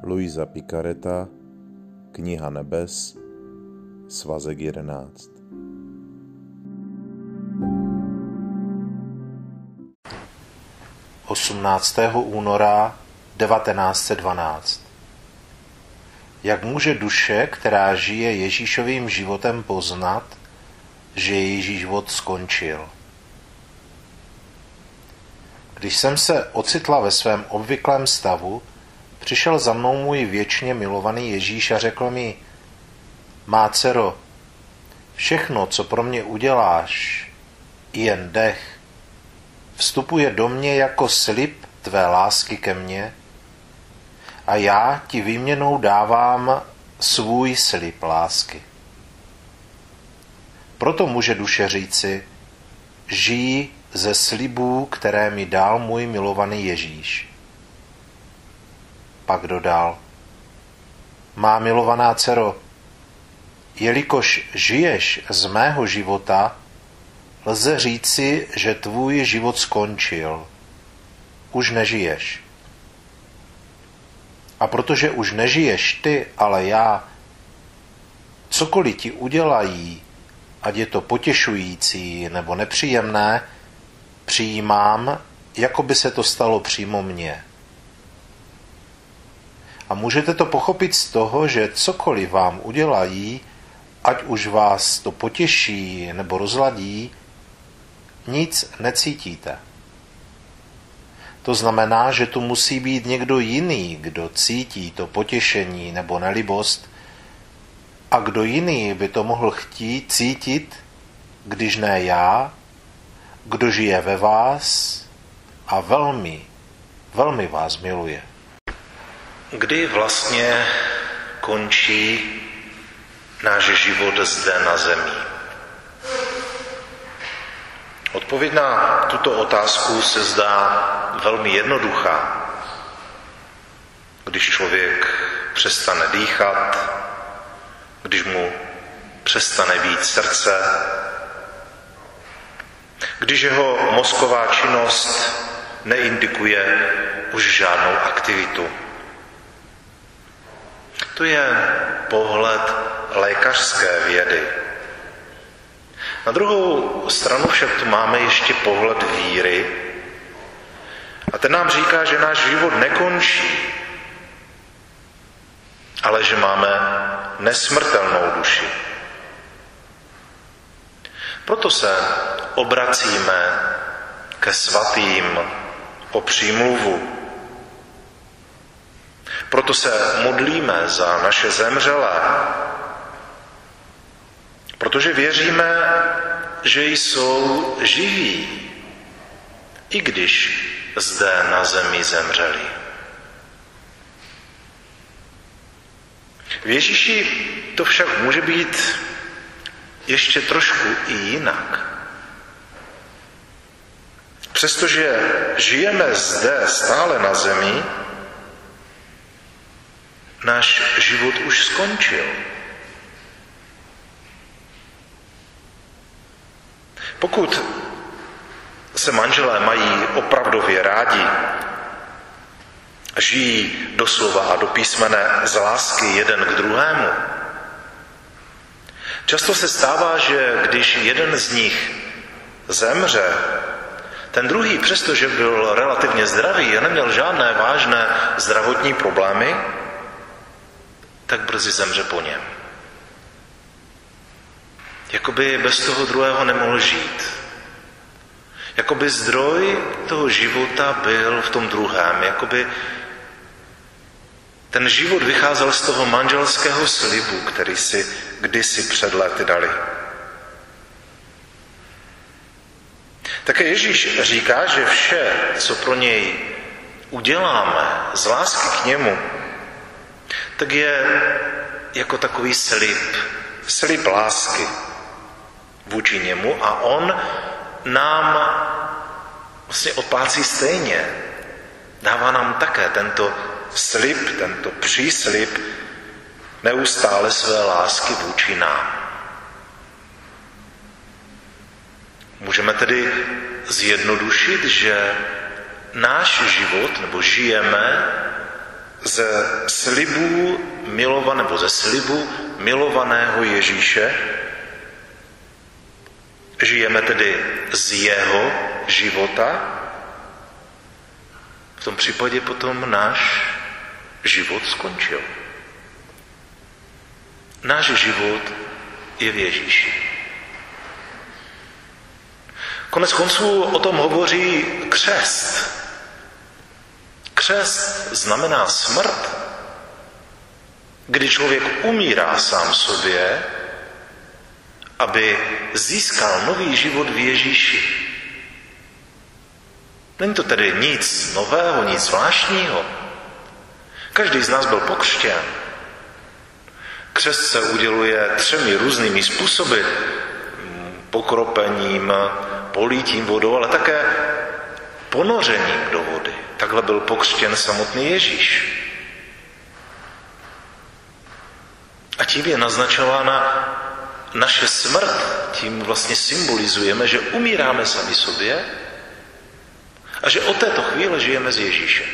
Luisa Picareta, Kniha nebes, svazek 11. února 1912. Jak může duše, která žije Ježíšovým životem, poznat, že její život skončil? Když jsem se ocitla ve svém obvyklém stavu, přišel za mnou můj věčně milovaný Ježíš a řekl mi: Má dcero, všechno, co pro mě uděláš, i jen dech, vstupuje do mě jako slib tvé lásky ke mně a já ti výměnou dávám svůj slib lásky. Proto může duše říci: žij ze slibů, které mi dal můj milovaný Ježíš. Pak dodal: Má milovaná dcero, jelikož žiješ z mého života, lze říci, že tvůj život skončil. Už nežiješ. A protože už nežiješ ty, ale já, cokoliv ti udělají, ať je to potěšující nebo nepříjemné, přijímám, jako by se to stalo přímo mně. A můžete to pochopit z toho, že cokoliv vám udělají, ať už vás to potěší nebo rozladí, nic necítíte. To znamená, že tu musí být někdo jiný, kdo cítí to potěšení nebo nelibost, a kdo jiný by to mohl chtít cítit, když ne já, kdo žije ve vás a velmi, velmi vás miluje. Kdy vlastně končí náš život zde na zemi? Odpověď na tuto otázku se zdá velmi jednoduchá. Když člověk přestane dýchat, když mu přestane být srdce, když jeho mozková činnost neindikuje už žádnou aktivitu. To je pohled lékařské vědy. Na druhou stranu však tu máme ještě pohled víry a ten nám říká, že náš život nekončí, ale že máme nesmrtelnou duši. Proto se obracíme ke svatým o přímluvu. Proto se modlíme za naše zemřelé, protože věříme, že jsou živí, i když zde na zemi zemřeli. V Ježíši to však může být ještě trošku i jinak. Přestože žijeme zde stále na zemi, náš život už skončil. Pokud se manželé mají opravdově rádi, žijí doslova a do písmene z lásky jeden k druhému, často se stává, že když jeden z nich zemře, ten druhý, přestože byl relativně zdravý a neměl žádné vážné zdravotní problémy, tak brzy zemře po něm. Jakoby bez toho druhého nemohl žít. Jakoby zdroj toho života byl v tom druhém. Jakoby ten život vycházel z toho manželského slibu, který si kdysi před lety dali. Také Ježíš říká, že vše, co pro něj uděláme z lásky k němu, tak je jako takový slib lásky vůči němu a on nám vlastně odplácí stejně. Dává nám také tento slib, tento příslib neustále své lásky vůči nám. Můžeme tedy zjednodušit, že náš život, nebo žijeme ze slibu milovaného Ježíše, žijeme tedy z jeho života, v tom případě potom náš život skončil. Náš život je v Ježíši. Konec konců o tom hovoří křest. Křest znamená smrt, kdy člověk umírá sám sobě, aby získal nový život v Ježíši. Není to tedy nic nového, nic zvláštního. Každý z nás byl pokřtěn. Křest se uděluje 3 různými způsoby. Pokropením, polítím vodou, ale také ponořením do vody. Takhle byl pokřtěn samotný Ježíš. A tím je naznačována naše smrt. Tím vlastně symbolizujeme, že umíráme sami sobě a že od této chvíle žijeme s Ježíšem.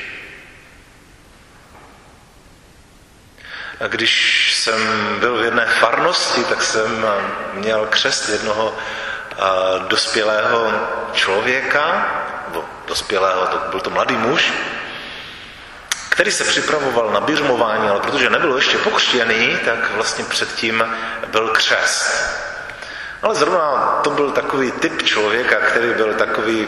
A když jsem byl v jedné farnosti, tak jsem měl křest jednoho dospělého člověka, nebo dospělého, byl to mladý muž, který se připravoval na biřmování, ale protože nebyl ještě pokřtěný, tak vlastně předtím byl křest. Ale zrovna to byl takový typ člověka, který byl takový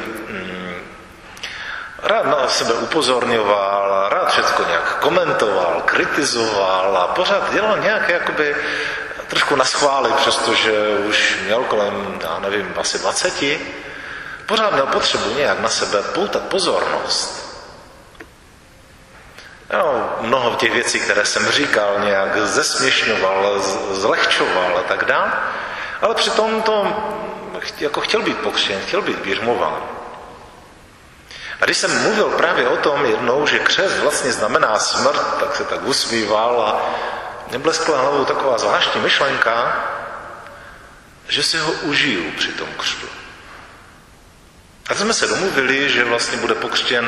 rád na sebe upozorňoval, rád všechno nějak komentoval, kritizoval a pořád dělal nějak jakoby trošku naschvály, přestože už měl kolem, já nevím, asi 20, pořád měl potřebu nějak na sebe poutat pozornost. No, mnoho těch věcí, které jsem říkal, nějak zesměšňoval, zlehčoval a tak dále, ale přitom to jako chtěl být pokřtěn, chtěl být biřmován. A když jsem mluvil právě o tom jednou, že křest vlastně znamená smrt, tak se tak usmíval a mě bleskla hlavou taková zvláštní myšlenka, že si ho užiju při tom křtu. A jsme se domluvili, že vlastně bude pokřtěn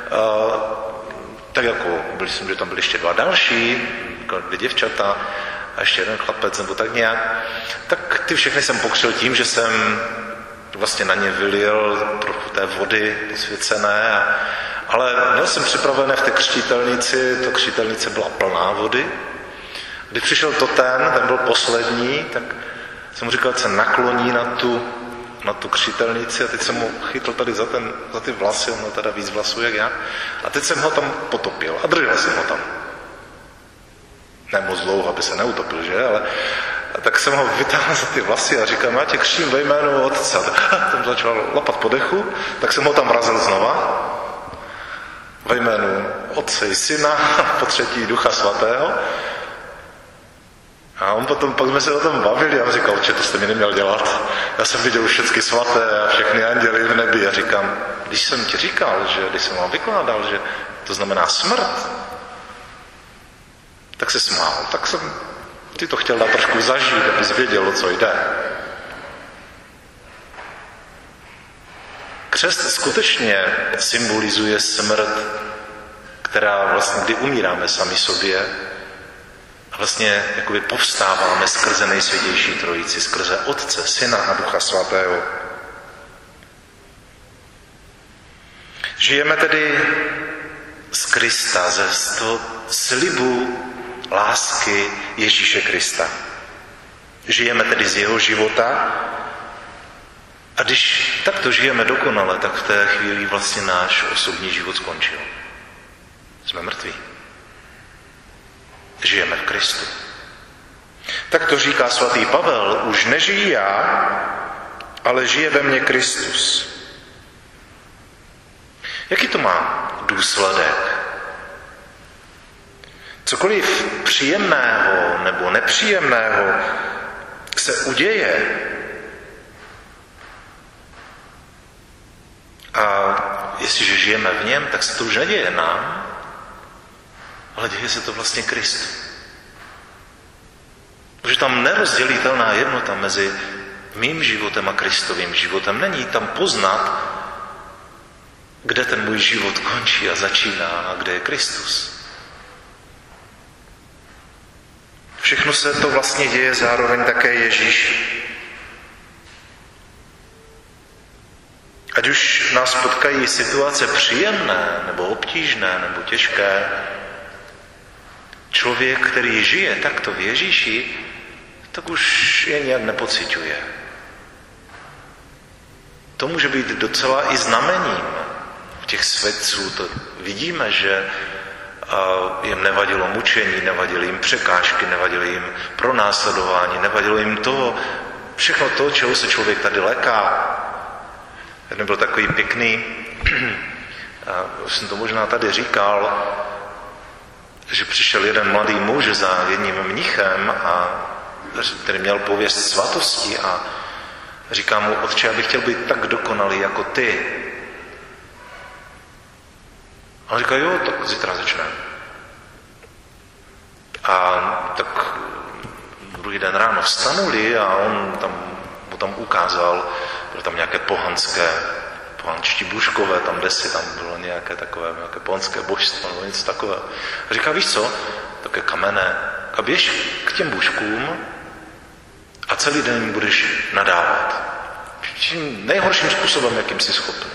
tak jako, myslím, že tam byly ještě 2 další, 2 děvčata a ještě 1 chlapec nebo tak nějak, tak ty všechny jsem pokřtil tím, že jsem vlastně na ně vylil trochu té vody posvěcené, ale měl jsem připravené v té křtitelnici, ta křtitelnice byla plná vody. Když přišel ten byl poslední, tak jsem mu říkal, že se nakloní na tu křtitelnici a teď jsem mu chytl tady za ty vlasy, on měl teda víc vlasů jak já, a teď jsem ho tam potopil a držel jsem ho tam. Ne moc dlouho, aby se neutopil, že? Ale tak jsem ho vytáhl za ty vlasy a říkám, já tě křtím ve jménu Otce. A tam začal lapat po dechu, tak jsem ho tam vrazil znova ve jménu Otce i Syna, po 3. Ducha Svatého. A on potom, pak jsme se o tom bavili a on říkal, že to jste mi neměl dělat. Já jsem viděl všechny svaté a všechny anděly v nebi a říkám, když jsem ti říkal, že když jsem vám vykládal, že to znamená smrt, tak se smál. Tak jsem ty to chtěl dát trošku zažít, abys věděl, o co jde. Křest skutečně symbolizuje smrt, která vlastně, kdy umíráme sami sobě, a vlastně jakoby povstáváme skrze Nejsvětější Trojici, skrze Otce, Syna a Ducha Svatého. Žijeme tedy z Krista, ze slibu lásky Ježíše Krista. Žijeme tedy z jeho života a když takto žijeme dokonale, tak v té chvíli vlastně náš osobní život skončil. Jsme mrtví. Žijeme v Kristu. Tak to říká svatý Pavel, už nežijí já, ale žije ve mně Kristus. Jaký to má důsledek? Cokoliv příjemného nebo nepříjemného se uděje a jestliže žijeme v něm, tak se to už neděje nám, ale děje se to vlastně Kristu. Protože tam nerozdělitelná jednota mezi mým životem a Kristovým životem. Není tam poznat, kde ten můj život končí a začíná a kde je Kristus. všechno se to vlastně děje zároveň také Ježíš. Ať už nás potkají situace příjemné, nebo obtížné, nebo těžké, člověk, který žije takto v Ježíši, tak už je nějak nepociťuje. To může být docela i znamením těch svědců. To vidíme, že jim nevadilo mučení, nevadily jim překážky, nevadilo jim pronásledování, nevadilo jim to, všechno to, čeho se člověk tady léká. Jeden byl takový pěkný, už jsem to možná tady říkal, že přišel jeden mladý muž za jedním mnichem, který měl pověst svatosti a říká mu: otče, já bych chtěl být tak dokonalý jako ty. A on říká: jo, tak zítra začneme. A tak druhý den ráno vstanuli a on mu tam ukázal, byly tam nějaké pohančtí buškové, tam desi, tam bylo nějaké pohanské božstvo nebo něco takového. A říká: víš co, také kamene, a běž k těm buškům a celý den jim budeš nadávat. Tím nejhorším způsobem, jakým jsi schopný.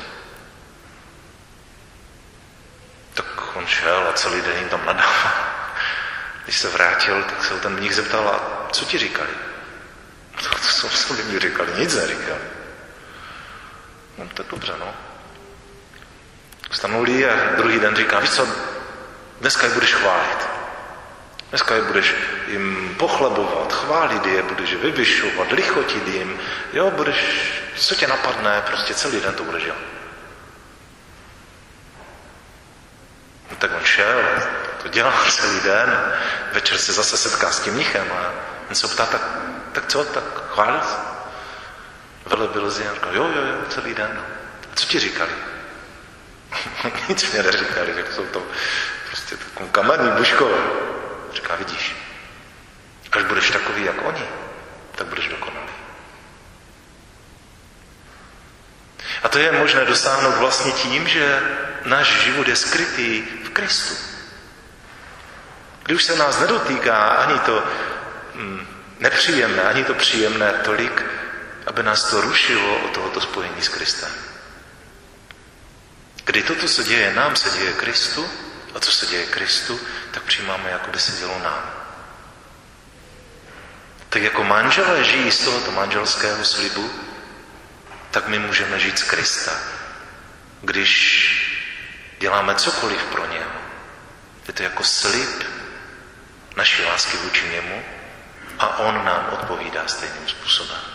Tak on šel a celý den jim tam nadával. Když se vrátil, tak se ho ten mních zeptal: a co ti říkali? Co by mi říkali? Nic neříkali. No tak dobře, no. Vstanuli a druhý den říká: víš co, dneska je budeš chválit. Dneska je budeš jim pochlebovat, chválit je, budeš je vyvyšovat, lichotit jim, jo, budeš, co tě napadne, prostě celý den to budeš dělat. No, tak on šel, to dělal celý den, večer se zase setká s tím mnichem a on se ptá: tak co, tak chválit? Velebil z něj a říkal: jo, celý den. A co ti říkali? Nic mě neříkali, že jsou to prostě takový kamenný buškové. Říká: vidíš, až budeš takový jak oni, tak budeš dokonalý. A to je možné dosáhnout vlastně tím, že náš život je skrytý v Kristu. Když se nás nedotýká ani to nepříjemné, ani to příjemné tolik, aby nás to rušilo od tohoto spojení s Kristem. Kdy toto se děje nám, se děje Kristu, a co se děje Kristu, tak přijímáme, jako by se dělo nám. Tak jako manželé žijí z tohoto manželského slibu, tak my můžeme žít z Krista. Když děláme cokoliv pro něho, je to jako slib naší lásky vůči němu a on nám odpovídá stejným způsobem.